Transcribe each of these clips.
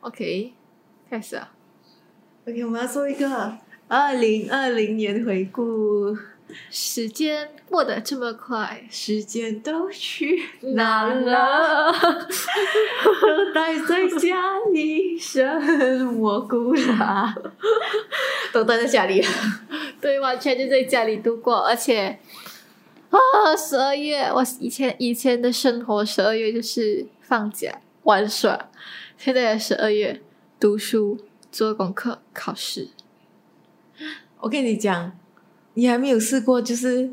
OK， 开始啊。 OK， 我们要做一个2020年回顾。 时间过得这么快， 时间都去哪了？ 都待在家里，什么故啦？都待在家里。 对，完全就在家里度过，而且12月，我以前的生活12月就是放假玩耍，现在的12月读书、做功课、考试。 我跟你讲，你还没有试过，就是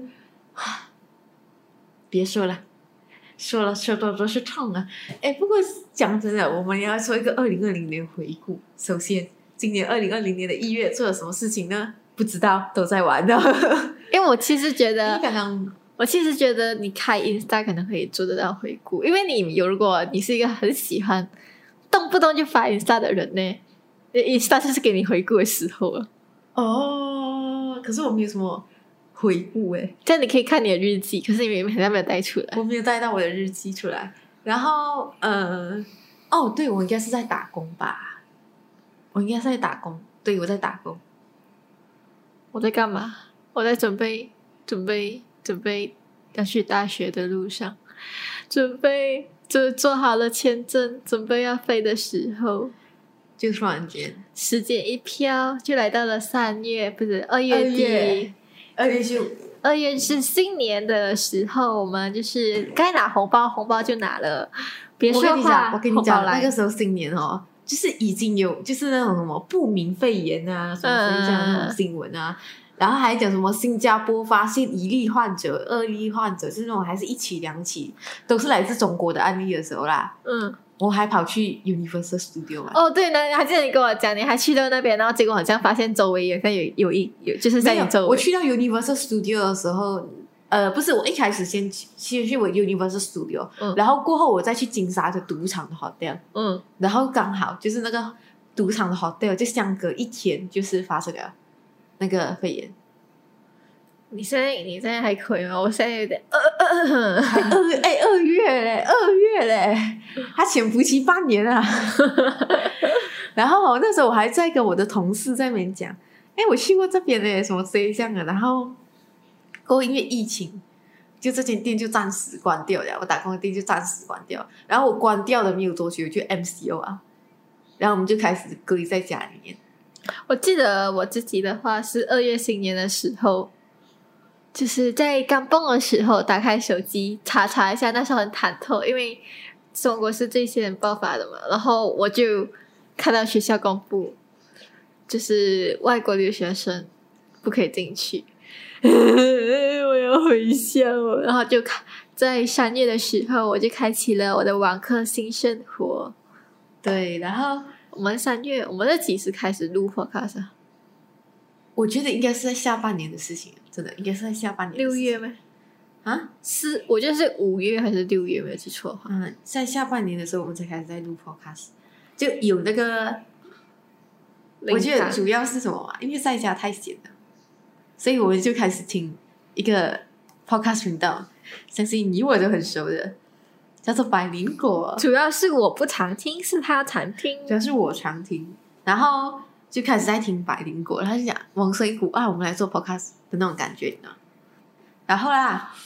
别说了，说多都是痛啊！哎，不过讲真的，我们要做一个2020年回顾。首先，今年2020年的1月做了什么事情呢？不知道，都在玩的。 因为我其实觉得， 我其实觉得你开 Insta 可能可以做得到回顾，因为如果你是一个很喜欢动不动就发 Insta 的人呢，Insta 就是给你回顾的时候了。 哦，可是我没有什么回顾诶， 这样你可以看你的日记，可是你好像没有带出来。 我没有带到我的日记出来。然后对，我应该是在打工吧？我应该是在打工，对，我在打工。 我在干嘛？我在准备要去大学的路上，就做好了签证，准备要飞的时候， 就突然间时间一飘，就来到了2月，不是2月底。2月是新年的时候，我们就是该拿红包，红包就拿了。别说话， 我跟你讲，那个时候新年哦，就是已经有就是那种什么不明肺炎啊，什么这样那种新闻啊，然后还讲什么新加坡发现1例患者、2例患者，是那种还是1起2起，都是来自中国的案例的时候啦。我还跑去 Universal Studio 哦，对呢，还记得你跟我讲，你还去到那边，然后结果好像发现周围有就是在你周围。 我去到 Universal Studio 的时候，不是，我一开始先去我 Universal Studio，然后过后我再去金沙的赌场的 hotel，然后刚好就是那个赌场的 hotel 就相隔1天就是发生了那个肺炎。 你现在还可以吗？我现在有点 2月嘞，他潜伏期半年啊。然后那时候我还在跟我的同事在那边讲，我去过这边嘞，什么这样的。然后过后因为疫情，就这间店就暂时关掉了，我打工的店就暂时关掉。然后我关掉了没有多久就 MCO 啊，然后我们就开始隔离在家里面。 我记得我自己的话是2月新年的时候，就是在刚蹦的时候打开手机查一下，那时候很忐忑，因为中国是最先爆发的嘛，然后我就看到学校公布就是外国留学生不可以进去。我要回校，然后就在3月的时候我就开启了我的网课新生活。 对，然后我们3月我们在几时开始录 podcast 啊？ 我觉得应该是在下半年的事情，真的应该是在下半年的事情。 6月吗？ 啊， 我觉得是5月还是6月，没有记错的话。 在下半年的时候我们才开始在录 podcast， 就有那个，我觉得主要是什么嘛？因为在家太闲了，所以我们就开始听一个 podcast 频道，相信你我都很熟的，叫做百灵果。 主要是我不常听，是他常听。 主要是我常听，然后就开始在听百灵果，他就讲往生一股啊，我们来做 podcast 的那种感觉，你知道？然后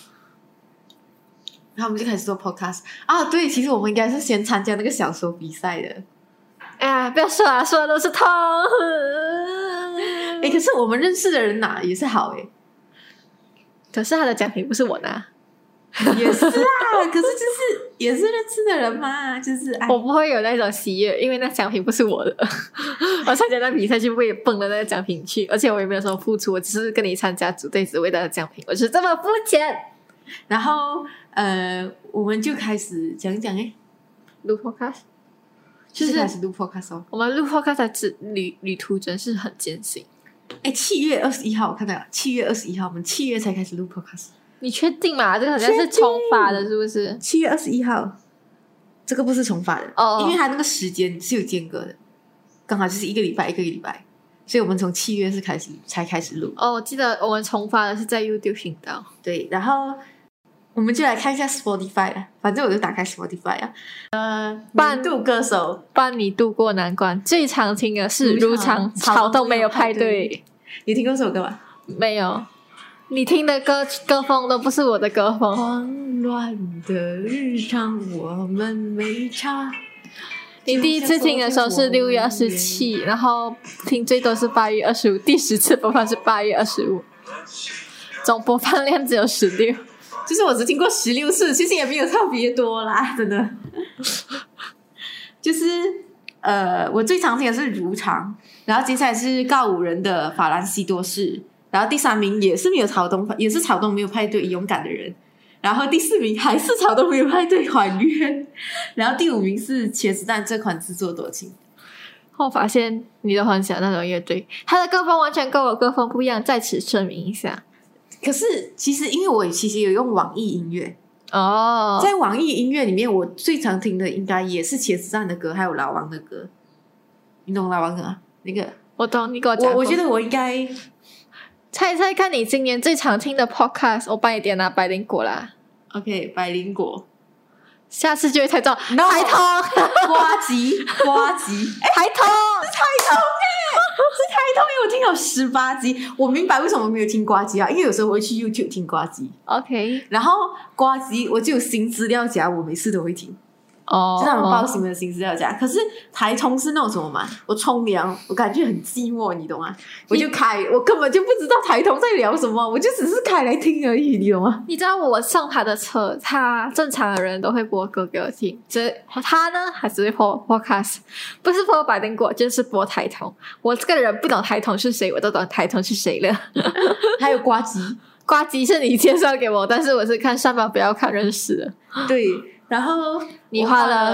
我们就开始做 podcast 啊。对，其实我们应该是先参加那个小说比赛的。 哎呀，不要说啊，说的都是痛。 可是我们认识的人拿也是好可是他的奖品不是我拿。 也是啊，可是就是也是认识的人嘛，就是我不会有那种喜悦，因为那奖品不是我的。我参加那比赛就为蹦了那个奖品去，而且我也没有什么付出，我只是跟你参加组队只为了奖品，我就是这么肤浅。 然后我们就开始讲录 podcast， 就是开始录 podcast 哦。 我们录 podcast 的旅途真是很艰辛。 7月21号我看到了，7月21号我们7月才开始录 podcast。 你确定吗？这个好像是重发的，是不是 ？7月21号，这个不是重发的因为它那个时间是有间隔的，刚好就是一个礼拜，所以我们从7月才开始录。 我记得我们重发的是在 YouTube 频道。 对，然后我们就来看一下 Spotify 啊，反正我就打开 Spotify 啊。年度歌手伴你度过难关，最常听的是如常草动没有派对。 你听过这首歌吗？ 没有，你听的歌风都不是我的歌风。 慌乱的日常我们没差。 你第一次听的时候是6月27，然后听最多是8月25，第10次播放是8月25，总播放量只有16。 就是我只听过16次，其实也没有特别多啦，真的。就是我最常听的是如常，然后接下来是告五人的法兰西多士，然后第3名也是没有草动，也是草动没有派对勇敢的人，然后第4名还是草动没有派对还愿，然后第5名是茄子蛋这款自作多情。 我发现你都很喜欢那种乐队，他的歌风完全跟我歌风不一样，在此声明一下。 可是其实因为我其实有用网易音乐哦， 在网易音乐里面我最常听的应该也是茄子蛋的歌还有老王的歌。你懂老王歌吗？那个我懂，你给我讲过。 我觉得我应该猜猜看你今年最常听的 podcast， 我帮你点百灵果啦。 OK， 百灵果， 下次就会猜中。 No， 台通呱吉台通是台通因为我听了18集。我明白为什么没有听呱吉啊，因为有时候我会去 YouTube 听呱吉。 OK， 然后呱吉我就有新资料夹，我每次都会听。 哦， 就是他们报新闻的新资料夹。可是台通是那种什么嘛？我冲凉，我感觉很寂寞，你懂吗？我就开，我根本就不知道台通在聊什么，我就只是开来听而已，你懂吗？ 你知道我上他的车，他正常的人都会播歌给我听，他呢还只会播 podcast， 不是播百灵果就是播台通。我这个人不懂台通是谁，我都懂台通是谁了。 还有呱吉， 呱吉是你介绍给我，但是我是看上班不要看认识的。 对，然后你花了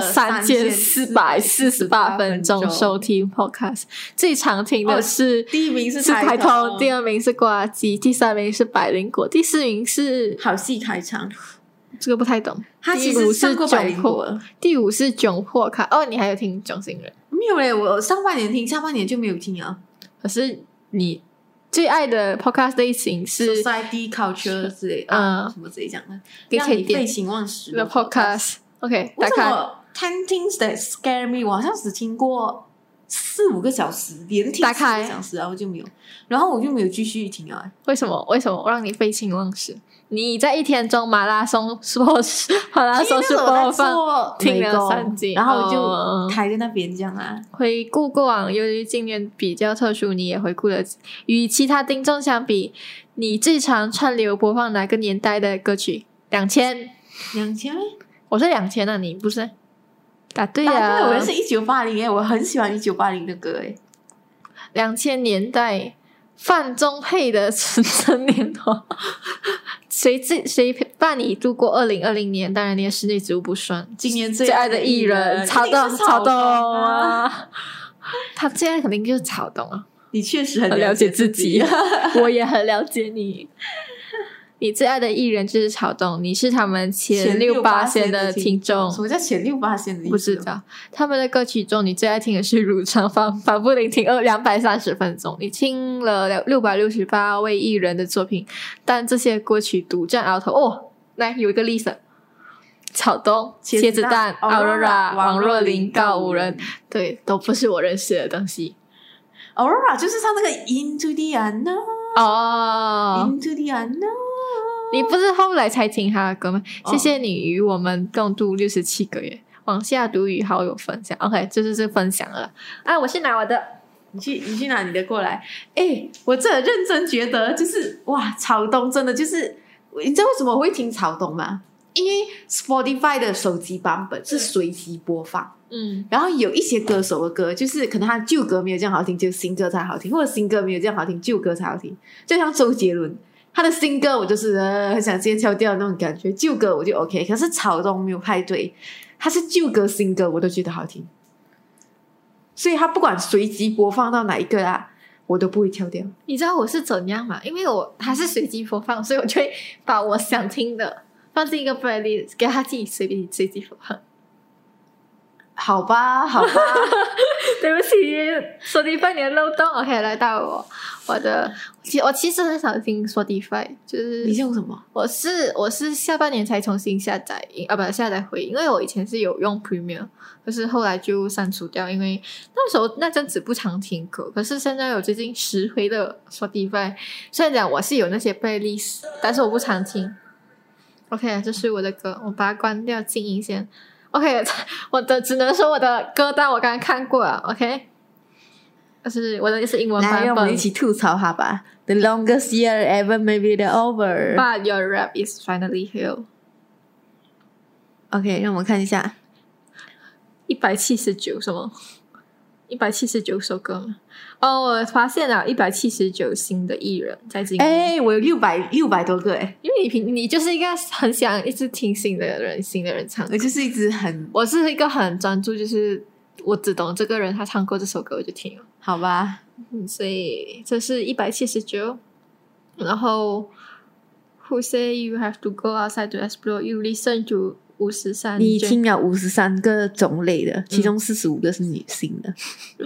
3448分钟收听 podcast， 最常听的是、 第1名是台通，第2名是呱吉，第3名是百灵果，第4名是好戏开场。 这个不太懂。 他其实上过百灵果， 第5是囧破卡。哦，你还有听囧星人？ 没有嘞，我上半年听，下半年就没有听啊。 可是你最爱的 podcast 类型是 society culture 之类什么之类讲的，让你废寝忘食的 podcast。OK， 打开。 10 things that scare me， 我好像只听过4-5个小时，连听4个小时，然后就没有，然后我就没有继续听啊。 为什么让你废寝忘食？你在一天中马拉松是播放听了3集， 然后我就开在那边这样啊。 回顾过往，由于今年比较特殊，你也回顾了与其他听众相比，你最常串流播放哪个年代的歌曲？2000？我是2000啊，你不是？答对啊！ 我是1980我很喜欢1980的歌诶。 2000年代范仲佩的纯真年华。谁伴你度过2020年？当然连室内植物不算。 今年最爱的艺人草东啊，他现在肯定就是草东啊。 你确实很了解自己，我也很了解你。你最爱的艺人就是草东，你是他们前6%的听众。 什么叫前6%的听众？ 不知道。他们的歌曲中，你最爱听的是如常，反复聆听230分钟。你听了668位艺人的作品，但这些歌曲独占鳌头。哦，来有一个例子：草东、茄子蛋、Aurora、王若琳、告五人，对，都不是我认识的东西。 Aurora 就是唱那个 Into the Unknown 哦 Into the Unknown。 你不是后来才听他的歌吗？谢谢你与我们共度67个月，往下读与好友分享。 OK， 这分享了啊！我去拿我的， 你去拿你的过来。我真的认真觉得就是哇，草东真的就是你知道为什么我会听草东吗？因为 Spotify 的手机版本是随机播放，然后有一些歌手的歌就是可能他旧歌没有这样好听，就新歌才好听，或者新歌没有这样好听，旧歌才好听。就像周杰伦他的新歌我就是很想直接跳掉那种感觉，旧歌我就 OK。 可是草东没有派对，他是旧歌新歌我都觉得好听，所以他不管随机播放到哪一个啊，我都不会跳掉。 你知道我是怎样吗？因为他是随机播放，所以我就会把我想听的放进一个 playlist 给他自己随机播放。 好吧对不起，Spotify 你的漏洞。OK， 来到我其实很少听 Spotify， 就是你是用什么？ 我是下半年才重新下载下载回，因为我以前是有用 Premium， 可是后来就删除掉，因为那时候那阵子不常听歌，可是现在有最近拾回的 Spotify， 虽然讲我是有那些 playlist， 但是我不常听。OK， 这是我的歌，我把它关掉静音先。OK， 只能说我的歌单我刚刚看过了。OK， 就是我的是英文版本。 来，让我们一起吐槽它吧。The longest year ever, maybe the over. But your rap is finally here. OK， 让我们看一下 179什么？179首歌吗？哦，我发现了179新的艺人在今年。 我有600多个因为你就是一个很想一直听新的人唱歌， 我就是一直我是一个很专注，就是我只懂这个人他唱过这首歌我就听了， 好吧。 所以这是179，然后 Who say you have to go outside to explore? You listen to 53， 你听了53个种类的，其中45个是女性的。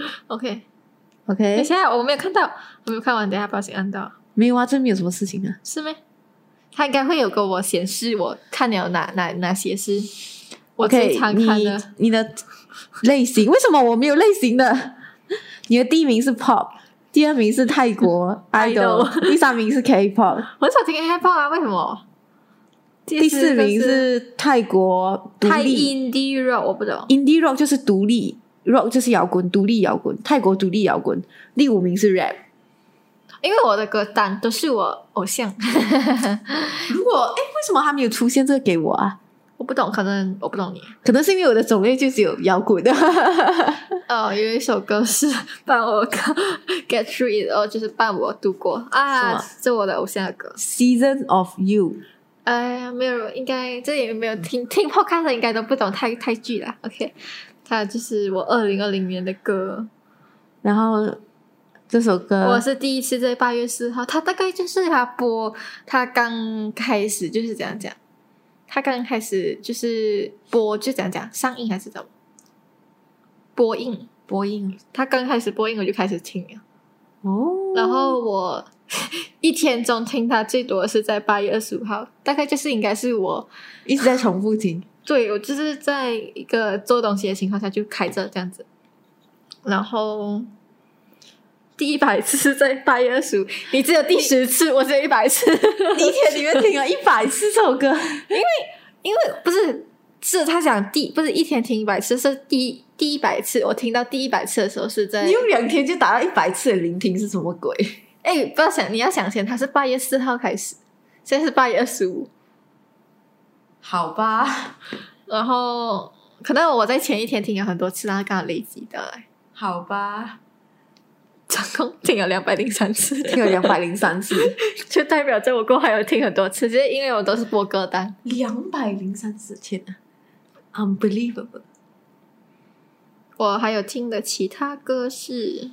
OK， 等下我没有看到，我没有看完，等一下不小心按到。 没有啊，这没有什么事情啊。 是吗？他应该会有跟我显示我看了哪些是我最常看的。 你的类型为什么我没有类型的？你的第一名是 pop， 第二名是泰国 idol， 第三名是 K-pop。 我很少听 K-pop 啊，为什么？ 第四名是泰国独立， 泰 indie rock 我不懂。 indie rock 就是独立 ，rock 就是摇滚，独立摇滚，泰国独立摇滚。第5名是 rap。 因为我的歌单都是我偶像。 如果为什么他没有出现这个给我啊？ 我不懂，可能我不懂你， 可能是因为我的种类就只有摇滚的。 有一首歌是伴我 get through it， 就是伴我度过啊，是我的偶像的歌 Season of You。 没有，应该这也没有听 podcast 的应该都不懂泰剧啦。OK， 它就是我2020年的歌， 然后这首歌我是第一次在8月4号，它大概就是它刚开始就是这样讲，它刚开始就是播就这样讲上映还是怎么播映，它刚开始播映我就开始听了然后我一天中听它最多的是在8月25号，大概就是应该是我一直在重复听。 对，我就是在一个做东西的情况下就开着这样子，然后第100次是在8月25，你只有第10次，我只有100次。 你一天里面听了100次这首歌， 因为不是他讲不是一天听100次，是第100次，我听到第100次的时候是在你用2天就达到100次的聆听是什么鬼？ 不要想，你要想先，他是8月4号开始，现在是8月25， 好吧。 然后可能我在前一天听了很多次，然后刚好累积的来， 好吧， 总共听了203次， 听了203次， 就代表着我过后还有听很多次，就是因为我都是播歌单。 203次，天哪 ，unbelievable！ 我还有听的其他歌是。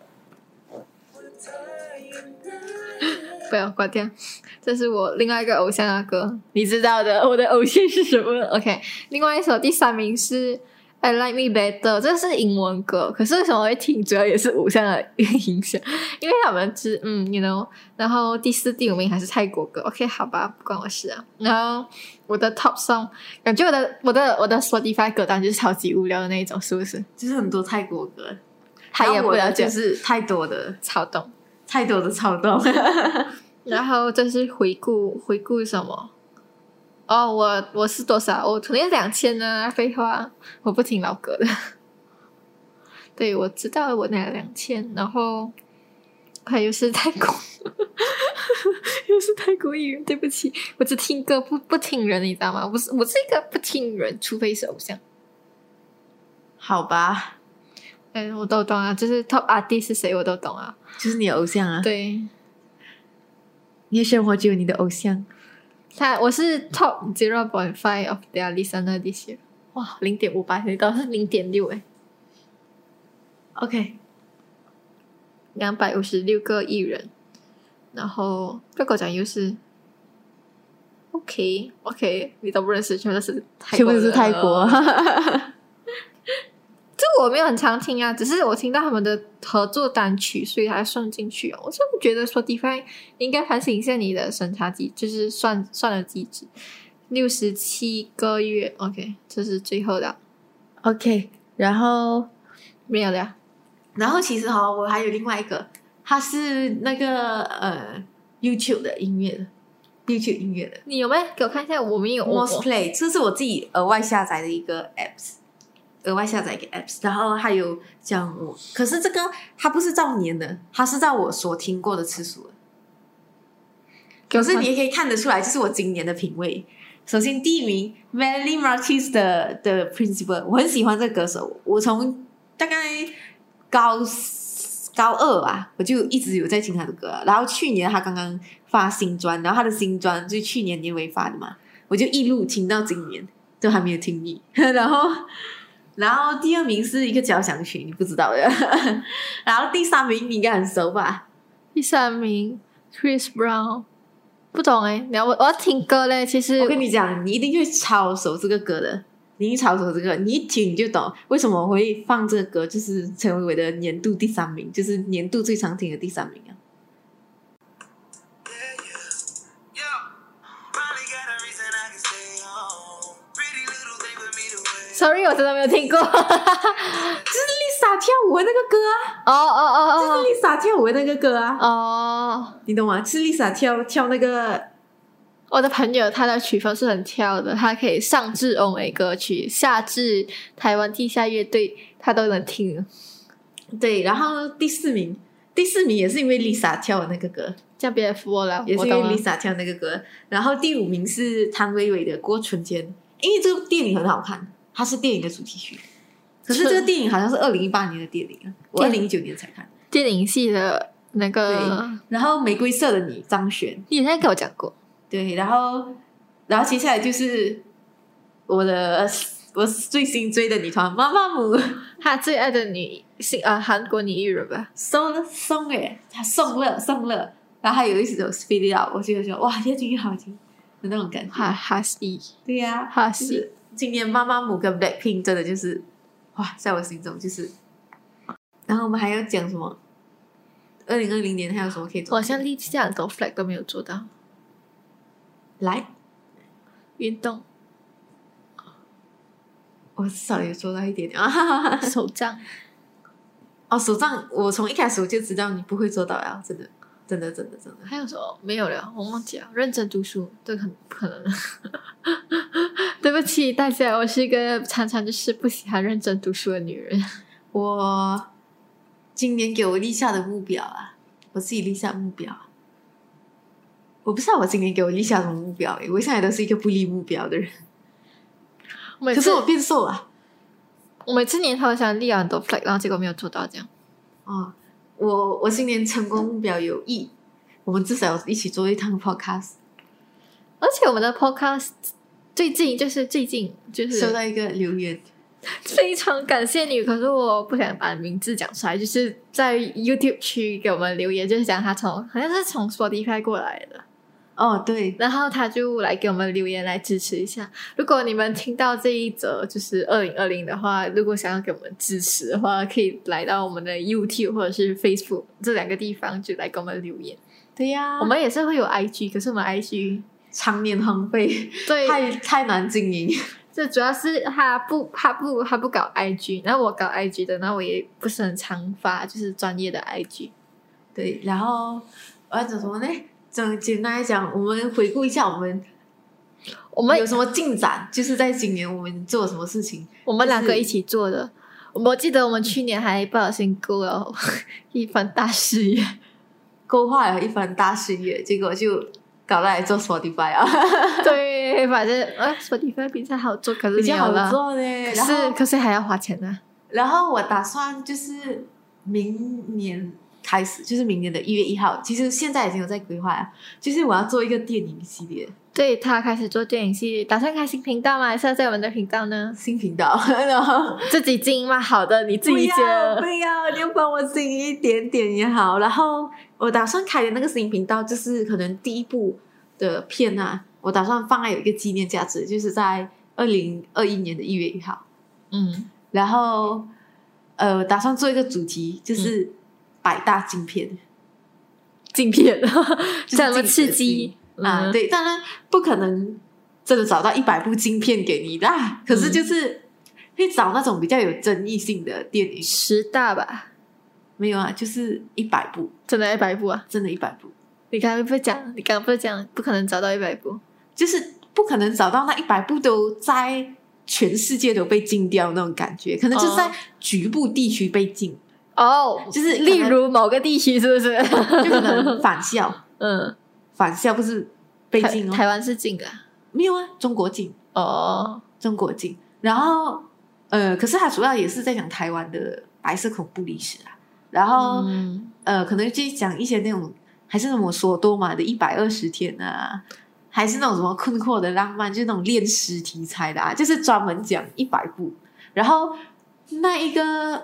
不要关掉，这是我另外一个偶像的歌，你知道的，我的偶像是什么 ？OK， 另外一首第3名是 I Like Me Better， 这是英文歌，可是为什么会听，主要也是偶像的影响，因为他们是you know， 然后第4、第5名还是泰国歌 ，OK， 好吧，不关我事啊。然后我的 Top Song， 感觉我的 Spotify 歌单就是超级无聊的那一种，是不是？ 就是很多泰国歌， 他也不了解， 就是太多的躁动。然后这是回顾什么？我是多少？我肯定2000啊！废话，我不听老歌的。对，我知道我拿了2000，然后还有是泰国，又是泰国艺人。对不起，我只听歌不听人，你知道吗？我是一个不听人，除非是偶像。 好吧。 我都懂啊，就是 top artist 是谁我都懂啊， 就是你的偶像啊。 对， 你的生活只有你的偶像。 我是 top 0.5 of their listener this year。哇，0.58，你倒是0.6 OK， 256个艺人，然后不要跟我讲又是 OK， 你都不认识，全部都是泰国。 这我没有很常听啊，只是我听到他们的合作单曲，所以才算进去哦。我就觉得 Spotify 应该反省一下你的审查机，就是算的机制。67个月 ，OK， 这是最后的 OK， 然后没有了。 然后其实我还有另外一个，它是那个YouTube 的音乐的。YouTube 音乐的， 你有没有给我看一下？我没有。 Most Play， 这是我自己额外下载的一个 apps， 额外下载一个 apps， 然后还有讲我，可是这个它不是照年的，它是照我所听过的次数的。可是你也可以看得出来，这是我今年的品味。首先第一名 Melanie Marquez 的 Principle， 我很喜欢这个歌手，我从大概高2吧，我就一直有在听他的歌。然后去年他刚刚发新专，然后他的新专就是去年年尾发的嘛，我就一路听到今年都还没有听腻。然后第二名是一个交响曲，你不知道的。然后第三名你应该很熟吧？ 第三名 Chris Brown， 不懂我要听歌嘞。其实我跟你讲，你一定会超熟这个歌的。你一超熟这个，你一听你就懂为什么我会放这个歌，就是成为我的年度第3名，就是年度最常听的第3名啊。 Sorry， 我真的没有听过。 就是 Lisa 跳舞的那个歌啊！ 就是 Lisa 跳舞的那个歌啊！你懂吗？是 Lisa 跳那个。 我的朋友他的曲风是很跳的，他可以上至欧美歌曲，下至台湾地下乐队，他都能听。 对，然后第四名也是因为 Lisa 跳的那个歌， 这样别服我了， 也是因为 Lisa 跳那个歌。然后第5名是汤唯唯的《过春天》，因为这个电影很好看，它是电影的主题曲。可是这个电影好像是2018年的电影，我2019年才看。 电影系的那个， 对。然后《玫瑰色的你》张悬， 你之前跟我讲过。 对，然后接下来就是我最新追的女团妈妈姆， 他最爱的韩国女艺人吧， 送他送了，然后还有一首 Speed It Up， 我觉得说哇，越听越好听的那种感觉。 哈西， 对呀， 哈西。 今年妈妈姆跟 Blackpink 真的就是哇，在我心中就是。然后我们还要讲什么？2020年还有什么可以做？ 我好像立下很多 flag 都没有做到。 来， 运动， 我至少有做到一点点啊！ 手账， 手账，我从一开始我就知道你不会做到呀，真的。 还有什么没有了？我忘记了。认真读书，这个很不可能。对不起大家，我是一个常常就是不喜欢认真读书的女人。 我今年给我立下的目标啊，我自己立下目标。我不知道我今年给我立下什么目标我现在都是一个不立目标的人。可是我变瘦了。 我每次年头想立很多 flag， 然后结果没有做到这样。 我今年成功目标有1，我们至少要一起做一趟 podcast。 而且我们的 podcast 最近就是收到一个留言， 非常感谢你，可是我不想把名字讲出来，就是在 YouTube 区给我们留言，就是讲他好像是从 Spotify 过来的。 对， 然后他就来给我们留言来支持一下。如果你们听到这一则就是2020的话，如果想要给我们支持的话，可以来到我们的 YouTube 或者是 Facebook 这2个地方就来给我们留言。 对呀， 我们也是会有 IG， 可是我们 IG 常年荒废，对，太难经营。 这主要是他不搞 IG， 然后我搞 IG 的，然后我也不是很常发，就是专业的 IG。 对，然后我要讲什么呢？简单来讲，我们回顾一下我们有什么进展，就是在今年我们做了什么事情。 我们2个一起做的。我记得我们去年还不小心勾了一番大事业， 勾画了一番大事业，结果就搞来做 Spotify 啊。 对，反正Spotify 比较好做，可是比较好做嘞， 可是还要花钱啊。 然后我打算就是明年开始，就是明年的1月1号，其实现在已经有在规划了，就是我要做一个电影系列。 对，他开始做电影系列，打算开新频道吗？还是要在我们的频道呢？ 新频道，然后自己经营吗？好的，你自己接。 不要，你要帮我经营一点点也好。然后我打算开的那个新频道，就是可能第一部的片啊，我打算放在有一个纪念价值，就是在2021年的1月1号。然后打算做一个主题，就是百大镜片， 镜片就是这么镜子的刺激啊，对，当然不可能真的找到100部镜片给你啦，可是就是会找那种比较有争议性的电影。 10大吧？ 没有啊，就是100部， 真的100部啊？ 真的100部， 你刚刚不是讲不可能找到100部？ 就是不可能找到那100部都在全世界都被禁掉那种感觉，可能就是在局部地区被禁，就是可能例如某个地区是不是？ 就可能返校，返校不是被禁哦， 台湾是禁的啊。 没有啊，中国禁，中国禁。然后可是他主要也是在讲台湾的白色恐怖历史啊，然后可能就讲一些那种还是那种索多玛的120天啊，还是那种什么困惑的浪漫，就是那种恋尸题材的啊，就是专门讲100部。然后那一个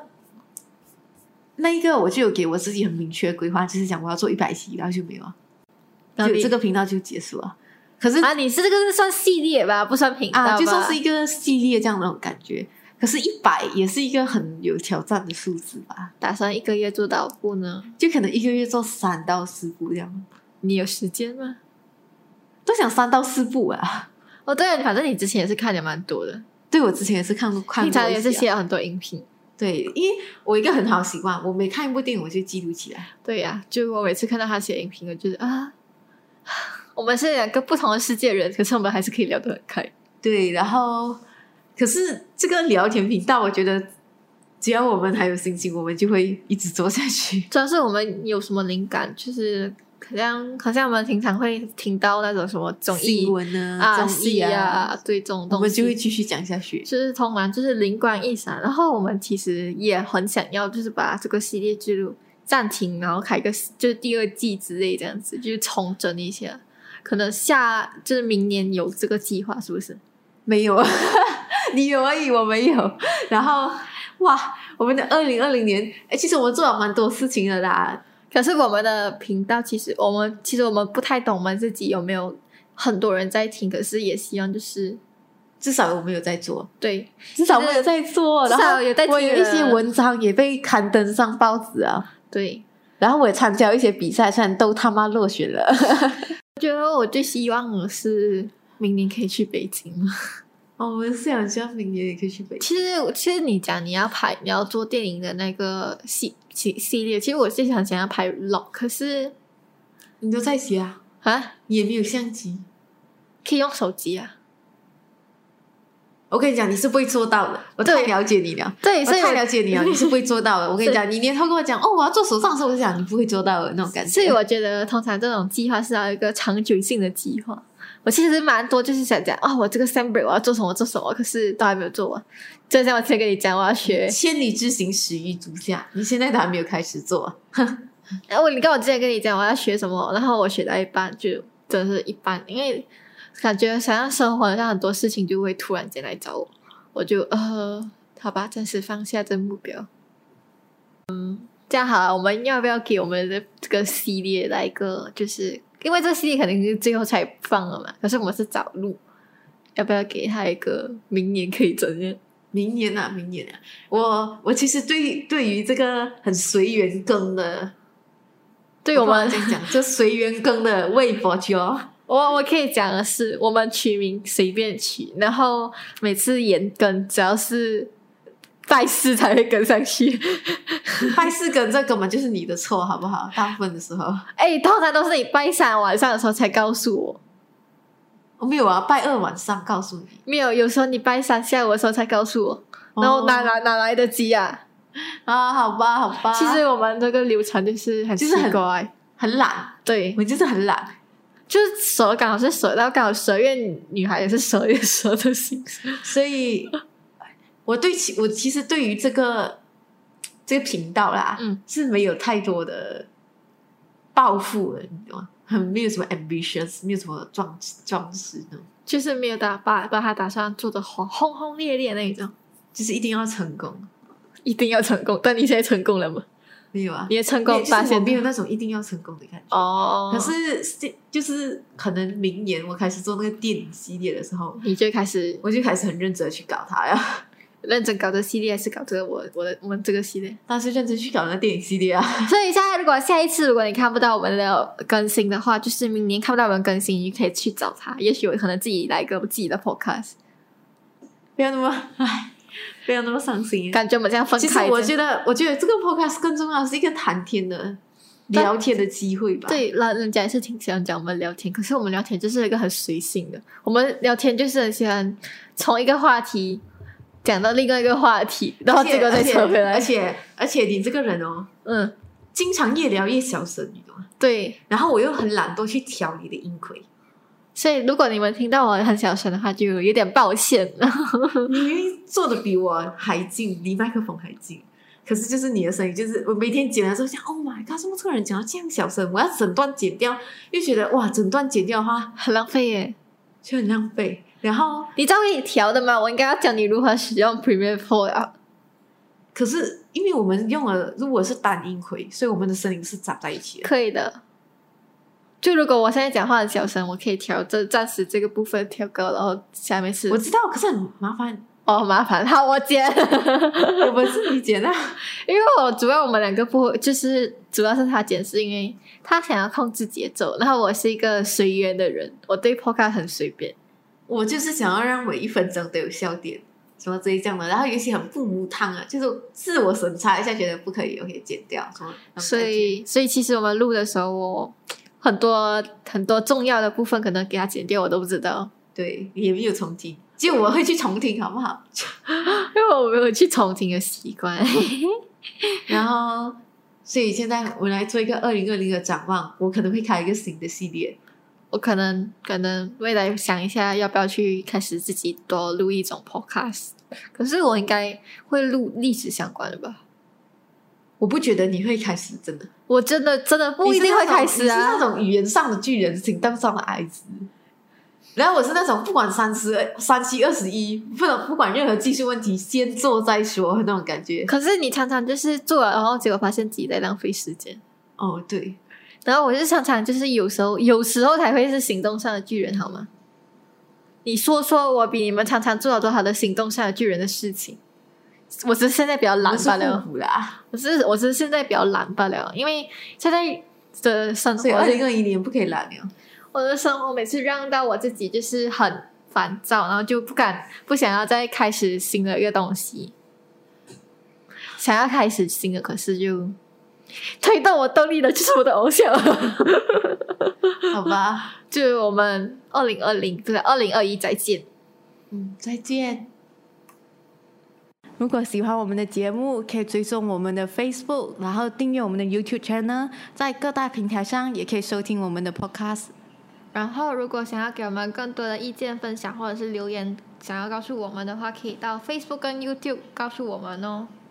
我就有给我自己很明确的规划，就是讲我要做100期，然后就没有啊，就这个频道就结束了。可是你是这个是算系列吧，不算频道吧？ 就算是一个系列这样的那种感觉。可是100也是一个很有挑战的数字吧？ 打算1个月做到部呢？ 就可能1个月做3到4部这样。 你有时间吗？ 都想3到4部啊！ 对啊，反正你之前也是看的蛮多的。 对，我之前也是看过， 平常也是写了很多影评。 对，因为我一个很好习惯，我每看一部电影我就记录起来。 对呀，就我每次看到他写影评，我就是我们是2个不同的世界人，可是我们还是可以聊得很开。 对，然后可是这个聊天频道，我觉得只要我们还有心情，我们就会一直做下去。 主要是我们有什么灵感，就是好像我们经常会听到那种什么综艺新闻啊、综艺啊， 对这种东西， 我们就会继续讲下去。 就是通常就是灵光一闪，然后我们其实也很想要，就是把这个系列记录暂停，然后开个就是第2季之类这样子，就是重整一下。可能就是明年有这个计划，是不是？ 没有啊，你有而已，我没有。然后哇，我们的2020年，其实我们做了蛮多事情的啦。 可是我们的频道其实我们不太懂我们自己有没有很多人在听，可是也希望就是至少我们有在做， 对， 至少我们有在做， 至少有在听。 我有一些文章也被刊登上报纸啊， 对。 然后我也参加一些比赛，虽然都他妈落选了。 我觉得我最希望的是明年可以去北京。 我是想希望明年也可以去北京。 其实你讲你要做电影的那个系列，其实我是想要拍 vlog， 可是你都在写啊？你也没有相机， 可以用手机啊。 我跟你讲，你是不会做到的。我太了解你了， 对， 我太了解你了，你是不会做到的。我跟你讲，你年头跟我讲我要做手账的时候，我就讲你不会做到的那种感觉。 所以我觉得，通常这种计划是要一个长久性的计划。我其实蛮多就是想讲我这个 sem break 我要做什么，可是都还没有做完。就像我之前跟你讲，我要学千里之行，始于足下，你现在都还没有开始做。 你看我之前跟你讲我要学什么，然后我学到一半就真的是一半，因为感觉想要生活上很多事情就会突然间来找我。我就好吧，暂时放下这目标。这样好了，我们要不要给我们的这个系列来一个，就是因为这个系列肯定是最后才放了嘛，可是我们是早录，要不要给他一个明年可以怎样？ 明年啊，我其实对于这个很随缘更的， 对我们讲这随缘更的微博就。 我可以讲的是，我们取名随便取，然后每次延更只要是拜4才会跟上去。 拜4更这根本就是你的错，好不好？大部分的时候， 通常都是你拜3晚上的时候才告诉我。 我没有啊，拜2晚上告诉你。 没有，有时候你拜3下午的时候才告诉我，然后哪来得及啊？ 好吧。 其实我们这个流程就是很奇怪， 很懒。对，我就是很懒。 就是蛇刚好是蛇到刚好蛇月女孩也是蛇月蛇的形式， 所以我其实对于这个频道啦，是没有太多的抱负的，你懂吗？没有什么 ambitious， 没有什么壮士那种， 就是没有把它打算做的轰轰烈烈那一种， 就是一定要成功， 但你现在成功了吗？ 没有啊， 你的成功发现我没有那种一定要成功的感觉。可是就是可能明年我开始做那个电影系列的时候， 我就开始很认真的去搞它呀。 认真搞这系列，还是搞这个我们这个系列？ 但是认真去搞那个电影系列啊。 所以如果下一次如果你看不到我们的更新的话，就是明年看不到我们更新，你可以去找他，也许我可能自己来一个自己的 podcast。 不要那么不要那么伤心， 感觉我们这样分开。 其实我觉得这个 podcast 更重要的是一个谈天的聊天的机会吧。 对，人家也是挺喜欢讲我们聊天，可是我们聊天就是一个很随性的，我们聊天就是很喜欢从一个话题讲到另外一个话题，然后这个再扯回来。 而且你这个人哦，经常越聊越小声，你懂吗？ 对， 然后我又很懒惰去调你的音轨， 所以如果你们听到我很小声的话，就有点抱歉。 你明明坐的比我还近，离麦克风还近，可是就是你的声音，就是我每天剪的时候想 ，Oh my god， 怎么这个人讲到这样小声？我要整段剪掉，又觉得哇，整段剪掉的话很浪费耶， 就很浪费。然后你知道可以调的吗？我应该要教你如何使用 Premiere Pro 啊。 可是因为我们用了如果是单音轨，所以我们的声音是杂在一起的。 可以的。就如果我现在讲话很小声，我可以调暂时这个部分调高，然后下面是我知道，可是很麻烦哦，麻烦。好，我剪。 我们是你剪啊， 因为我们两个不会，就是主要是他剪，是因为他想要控制节奏，然后我是一个随缘的人，我对 podcast 很随便。 我就是想要让每一分钟都有笑点，什么这一样的，然后有些很不母汤啊，就是自我审查一下，觉得不可以，我可以剪掉什么。 所以其实我们录的时候，我很多重要的部分可能给他剪掉，我都不知道。 对，也没有重听，就我会去重听，好不好？ 因为我没有去重听的习惯。 然后，所以现在我来做一个2020的展望，我可能会开一个新的系列。 我可能未来想一下要不要去开始自己多录一种 podcast， 可是我应该会录历史相关的吧。 我不觉得你会开始，真的， 我真的不一定会开始啊。 你是那种语言上的巨人，行动上的矮子。然后我是那种不管37、21，不管任何技术问题，先做再说那种感觉。 可是你常常就是做了，然后结果发现自己在浪费时间。 哦，对。 然后我就常常就是有时候才会是行动上的巨人，好吗？你说我比你们常常做了多少的行动上的巨人的事情？我只是现在比较懒罢了。我是现在比较懒罢了，因为现在的生活， 所以2021年不可以懒了。 我的生活每次让到我自己就是很烦躁，然后就不想要再开始新的一个东西，想要开始新的，可是就推动我动力的就是我的偶像。 好吧， 就我们2021再见。 再见。如果喜欢我们的节目，可以追踪我们的 Facebook， 然后订阅我们的 YouTube channel， 在各大平台上也可以收听我们的 Podcast。 然后如果想要给我们更多的意见分享或者是留言想要告诉我们的话，可以到 Facebook 跟 YouTube 告诉我们哦。